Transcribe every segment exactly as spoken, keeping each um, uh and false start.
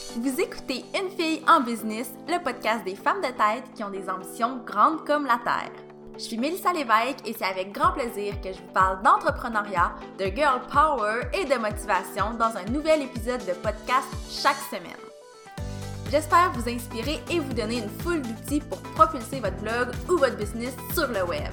Vous écoutez Une fille en business, le podcast des femmes de tête qui ont des ambitions grandes comme la terre. Je suis Mélissa Lévesque et c'est avec grand plaisir que je vous parle d'entrepreneuriat, de girl power et de motivation dans un nouvel épisode de podcast chaque semaine. J'espère vous inspirer et vous donner une foule d'outils pour propulser votre blog ou votre business sur le web.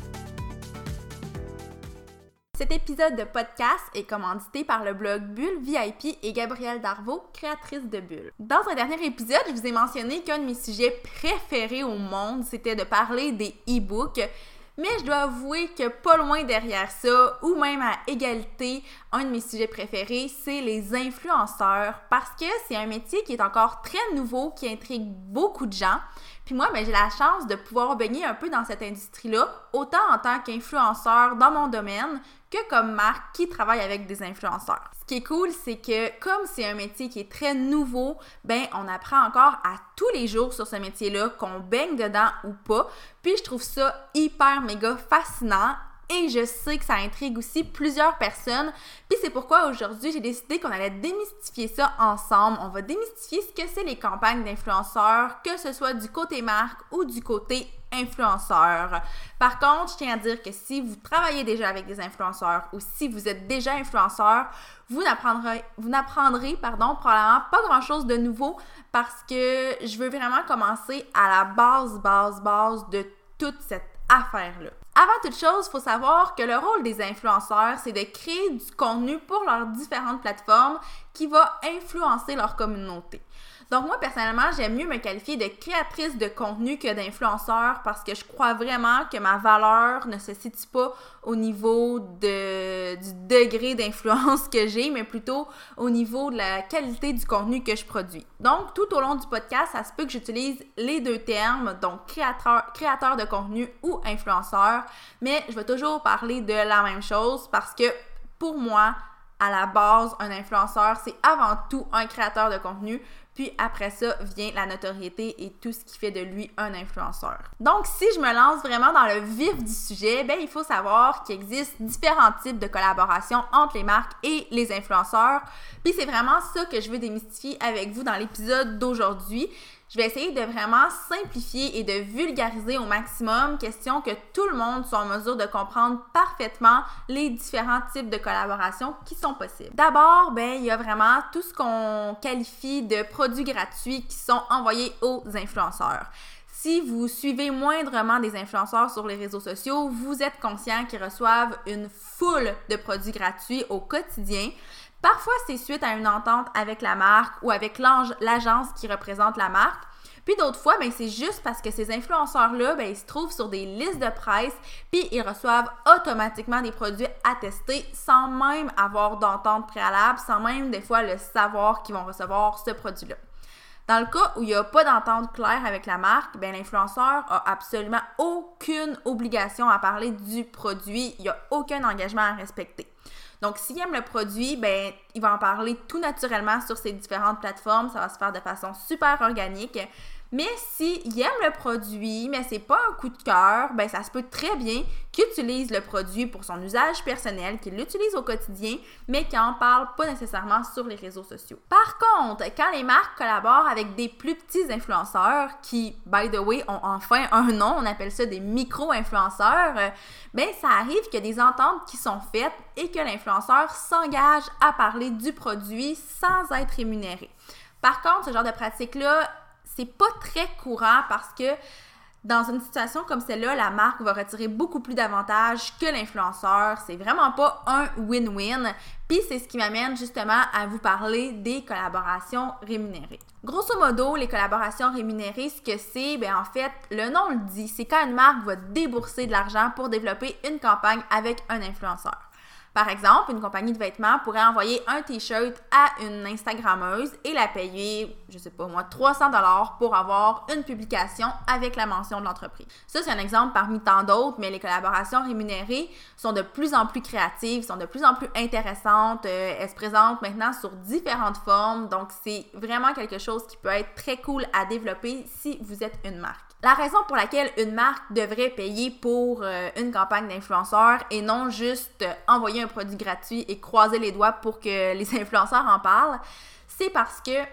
Cet épisode de podcast est commandité par le blog Bulle V I P et Gabrielle Darvaux, créatrice de Bulle. Dans un dernier épisode, je vous ai mentionné qu'un de mes sujets préférés au monde, c'était de parler des e-books. Mais je dois avouer que pas loin derrière ça, ou même à égalité, un de mes sujets préférés, c'est les influenceurs. Parce que c'est un métier qui est encore très nouveau, qui intrigue beaucoup de gens. Puis moi, ben, j'ai la chance de pouvoir baigner un peu dans cette industrie-là, autant en tant qu'influenceur dans mon domaine, que comme marque qui travaille avec des influenceurs. Ce qui est cool, c'est que comme c'est un métier qui est très nouveau, ben on apprend encore à tous les jours sur ce métier-là, qu'on baigne dedans ou pas. Puis je trouve ça hyper méga fascinant. Et je sais que ça intrigue aussi plusieurs personnes. Puis c'est pourquoi aujourd'hui, j'ai décidé qu'on allait démystifier ça ensemble. On va démystifier ce que c'est les campagnes d'influenceurs, que ce soit du côté marque ou du côté influenceur. Par contre, je tiens à dire que si vous travaillez déjà avec des influenceurs ou si vous êtes déjà influenceur, vous n'apprendrez, vous n'apprendrez pardon, probablement pas grand-chose de nouveau parce que je veux vraiment commencer à la base, base, base de toute cette affaire-là. Avant toute chose, il faut savoir que le rôle des influenceurs, c'est de créer du contenu pour leurs différentes plateformes qui va influencer leur communauté. Donc moi, personnellement, j'aime mieux me qualifier de créatrice de contenu que d'influenceur parce que je crois vraiment que ma valeur ne se situe pas au niveau de, du degré d'influence que j'ai, mais plutôt au niveau de la qualité du contenu que je produis. Donc, tout au long du podcast, ça se peut que j'utilise les deux termes, donc créateur, créateur de contenu ou influenceur, mais je vais toujours parler de la même chose parce que pour moi, à la base, un influenceur, c'est avant tout un créateur de contenu. Puis après ça vient la notoriété et tout ce qui fait de lui un influenceur. Donc, si je me lance vraiment dans le vif du sujet, ben il faut savoir qu'il existe différents types de collaborations entre les marques et les influenceurs. Puis c'est vraiment ça que je veux démystifier avec vous dans l'épisode d'aujourd'hui. Je vais essayer de vraiment simplifier et de vulgariser au maximum, question que tout le monde soit en mesure de comprendre parfaitement les différents types de collaborations qui sont possibles. D'abord, ben, il y a vraiment tout ce qu'on qualifie de produits gratuits qui sont envoyés aux influenceurs. Si vous suivez moindrement des influenceurs sur les réseaux sociaux, vous êtes conscient qu'ils reçoivent une foule de produits gratuits au quotidien. Parfois, c'est suite à une entente avec la marque ou avec l'agence qui représente la marque. Puis d'autres fois, ben, c'est juste parce que ces influenceurs-là, ben, ils se trouvent sur des listes de presse puis ils reçoivent automatiquement des produits à tester sans même avoir d'entente préalable, sans même des fois le savoir qu'ils vont recevoir ce produit-là. Dans le cas où il n'y a pas d'entente claire avec la marque, ben, l'influenceur a absolument aucune obligation à parler du produit. Il n'y a aucun engagement à respecter. Donc, s'il aime le produit, ben, il va en parler tout naturellement sur ses différentes plateformes. Ça va se faire de façon super organique. Mais s'il aime le produit, mais c'est pas un coup de cœur, ben ça se peut très bien qu'il utilise le produit pour son usage personnel, qu'il l'utilise au quotidien, mais qu'il n'en parle pas nécessairement sur les réseaux sociaux. Par contre, quand les marques collaborent avec des plus petits influenceurs, qui, by the way, ont enfin un nom, on appelle ça des micro-influenceurs, ben ça arrive qu'il y a des ententes qui sont faites et que l'influenceur s'engage à parler du produit sans être rémunéré. Par contre, ce genre de pratique-là, c'est pas très courant parce que dans une situation comme celle-là, la marque va retirer beaucoup plus d'avantages que l'influenceur. C'est vraiment pas un win-win. Puis c'est ce qui m'amène justement à vous parler des collaborations rémunérées. Grosso modo, les collaborations rémunérées, ce que c'est, bien en fait, le nom le dit, c'est quand une marque va débourser de l'argent pour développer une campagne avec un influenceur. Par exemple, une compagnie de vêtements pourrait envoyer un t-shirt à une Instagrammeuse et la payer, je sais pas moi, trois cents dollars pour avoir une publication avec la mention de l'entreprise. Ça, c'est un exemple parmi tant d'autres, mais les collaborations rémunérées sont de plus en plus créatives, sont de plus en plus intéressantes. Euh, elles se présentent maintenant sur différentes formes, donc c'est vraiment quelque chose qui peut être très cool à développer si vous êtes une marque. La raison pour laquelle une marque devrait payer pour euh, une campagne d'influenceurs et non juste euh, envoyer un produit gratuit et croiser les doigts pour que les influenceurs en parlent, c'est parce que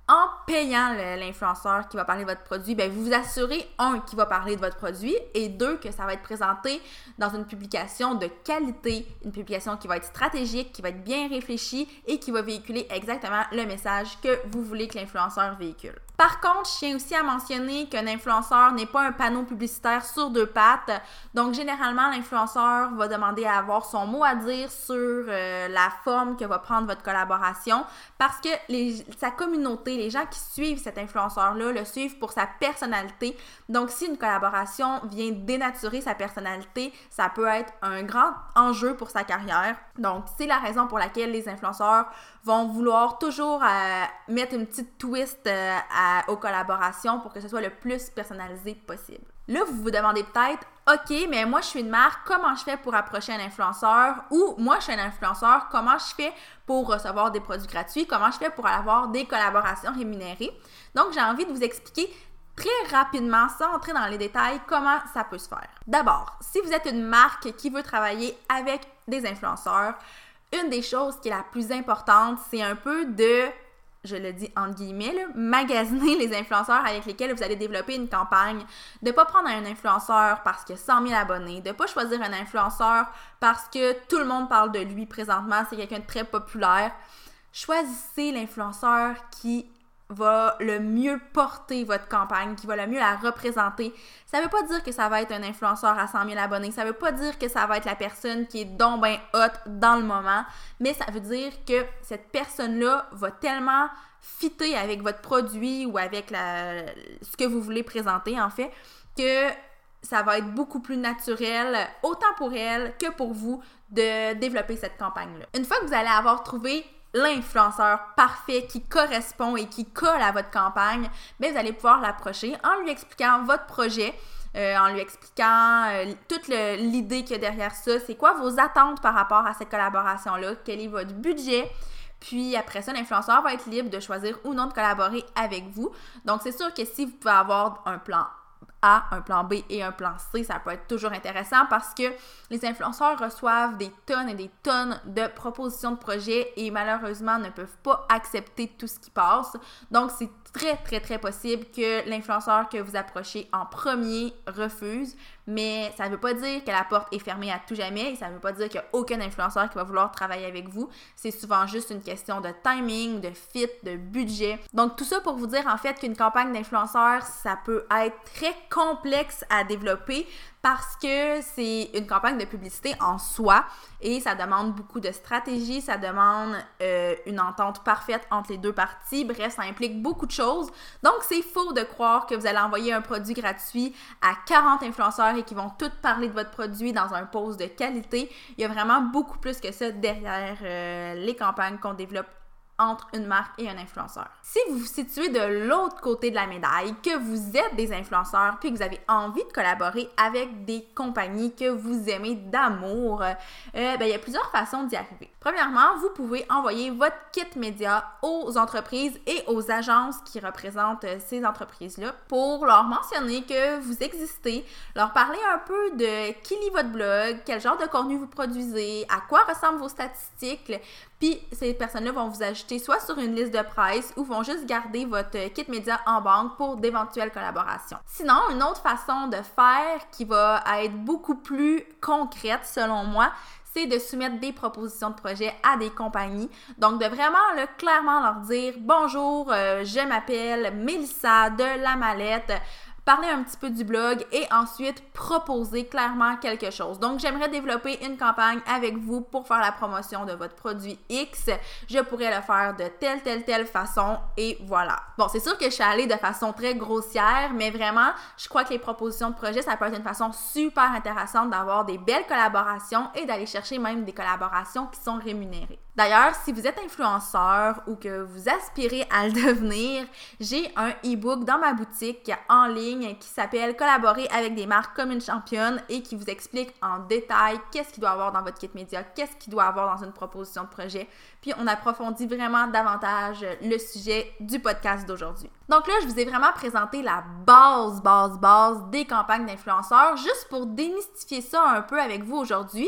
En payant le, l'influenceur qui va parler de votre produit, bien, vous vous assurez, un, qu'il va parler de votre produit et deux, que ça va être présenté dans une publication de qualité, une publication qui va être stratégique, qui va être bien réfléchie et qui va véhiculer exactement le message que vous voulez que l'influenceur véhicule. Par contre, je tiens aussi à mentionner qu'un influenceur n'est pas un panneau publicitaire sur deux pattes. Donc, généralement, l'influenceur va demander à avoir son mot à dire sur euh, la forme que va prendre votre collaboration parce que les, sa communauté, les gens qui suivent cet influenceur-là, le suivent pour sa personnalité. Donc, si une collaboration vient dénaturer sa personnalité, ça peut être un grand enjeu pour sa carrière. Donc, c'est la raison pour laquelle les influenceurs vont vouloir toujours euh, mettre une petite twist euh, à, aux collaborations pour que ce soit le plus personnalisé possible. Là, vous vous demandez peut-être, OK, mais moi, je suis une marque, comment je fais pour approcher un influenceur? Ou moi, je suis un influenceur, comment je fais pour recevoir des produits gratuits? Comment je fais pour avoir des collaborations rémunérées? Donc, j'ai envie de vous expliquer très rapidement, sans entrer dans les détails, comment ça peut se faire. D'abord, si vous êtes une marque qui veut travailler avec des influenceurs, une des choses qui est la plus importante, c'est un peu de, je le dis entre guillemets, là, magasiner les influenceurs avec lesquels vous allez développer une campagne, de ne pas prendre un influenceur parce qu'il a cent mille abonnés, de ne pas choisir un influenceur parce que tout le monde parle de lui présentement, c'est quelqu'un de très populaire. Choisissez l'influenceur qui va le mieux porter votre campagne, qui va le mieux la représenter. Ça veut pas dire que ça va être un influenceur à cent mille abonnés, ça veut pas dire que ça va être la personne qui est donc ben hot dans le moment, mais ça veut dire que cette personne-là va tellement fitter avec votre produit ou avec la, ce que vous voulez présenter en fait, que ça va être beaucoup plus naturel, autant pour elle que pour vous, de développer cette campagne-là. Une fois que vous allez avoir trouvé l'influenceur parfait qui correspond et qui colle à votre campagne, bien, vous allez pouvoir l'approcher en lui expliquant votre projet, euh, en lui expliquant euh, toute le, l'idée qu'il y a derrière ça, c'est quoi vos attentes par rapport à cette collaboration-là, quel est votre budget. Puis après ça, l'influenceur va être libre de choisir ou non de collaborer avec vous. Donc, c'est sûr que si vous pouvez avoir un plan A, un plan B et un plan C, ça peut être toujours intéressant parce que les influenceurs reçoivent des tonnes et des tonnes de propositions de projets et malheureusement ne peuvent pas accepter tout ce qui passe. Donc, c'est très, très, très possible que l'influenceur que vous approchez en premier refuse, mais ça ne veut pas dire que la porte est fermée à tout jamais et ça ne veut pas dire qu'il n'y a aucun influenceur qui va vouloir travailler avec vous. C'est souvent juste une question de timing, de fit, de budget. Donc, tout ça pour vous dire en fait qu'une campagne d'influenceur, ça peut être très complexe à développer parce que c'est une campagne de publicité en soi et ça demande beaucoup de stratégie, ça demande euh, une entente parfaite entre les deux parties. Bref, ça implique beaucoup de choses. Donc, c'est faux de croire que vous allez envoyer un produit gratuit à quarante influenceurs et qui vont tous parler de votre produit dans un post de qualité. Il y a vraiment beaucoup plus que ça derrière euh, les campagnes qu'on développe entre une marque et un influenceur. Si vous vous situez de l'autre côté de la médaille, que vous êtes des influenceurs puis que vous avez envie de collaborer avec des compagnies que vous aimez d'amour, euh, ben, il y a plusieurs façons d'y arriver. Premièrement, vous pouvez envoyer votre kit média aux entreprises et aux agences qui représentent ces entreprises-là pour leur mentionner que vous existez, leur parler un peu de qui lit votre blog, quel genre de contenu vous produisez, à quoi ressemblent vos statistiques. Puis ces personnes-là vont vous ajouter soit sur une liste de presse ou vont juste garder votre kit média en banque pour d'éventuelles collaborations. Sinon, une autre façon de faire qui va être beaucoup plus concrète selon moi, c'est de soumettre des propositions de projet à des compagnies. Donc, de vraiment là, clairement leur dire « Bonjour, euh, je m'appelle Mélissa de La Mallette ». Parler un petit peu du blog et ensuite proposer clairement quelque chose. Donc, j'aimerais développer une campagne avec vous pour faire la promotion de votre produit X. Je pourrais le faire de telle, telle, telle façon et voilà. Bon, c'est sûr que je suis allée de façon très grossière, mais vraiment, je crois que les propositions de projet, ça peut être une façon super intéressante d'avoir des belles collaborations et d'aller chercher même des collaborations qui sont rémunérées. D'ailleurs, si vous êtes influenceur ou que vous aspirez à le devenir, j'ai un e-book dans ma boutique en ligne qui s'appelle « Collaborer avec des marques comme une championne » et qui vous explique en détail qu'est-ce qu'il doit avoir dans votre kit média, qu'est-ce qu'il doit avoir dans une proposition de projet. Puis on approfondit vraiment davantage le sujet du podcast d'aujourd'hui. Donc là, je vous ai vraiment présenté la base, base, base des campagnes d'influenceurs juste pour démystifier ça un peu avec vous aujourd'hui.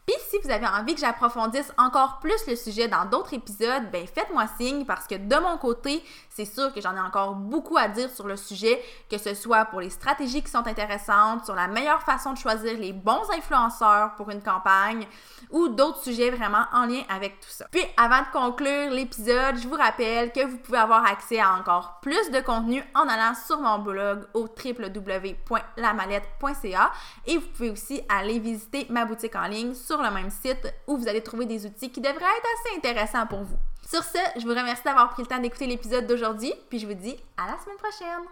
Puis si vous avez envie que j'approfondisse encore plus le sujet dans d'autres épisodes, ben faites-moi signe parce que de mon côté, c'est sûr que j'en ai encore beaucoup à dire sur le sujet, que ce soit pour les stratégies qui sont intéressantes, sur la meilleure façon de choisir les bons influenceurs pour une campagne ou d'autres sujets vraiment en lien avec tout ça. Puis avant de conclure l'épisode, je vous rappelle que vous pouvez avoir accès à encore plus de contenu en allant sur mon blog au w w w point la mallette point c a et vous pouvez aussi aller visiter ma boutique en ligne sur le même site où vous allez trouver des outils qui devraient être assez intéressants pour vous. Sur ce, je vous remercie d'avoir pris le temps d'écouter l'épisode d'aujourd'hui, puis je vous dis à la semaine prochaine!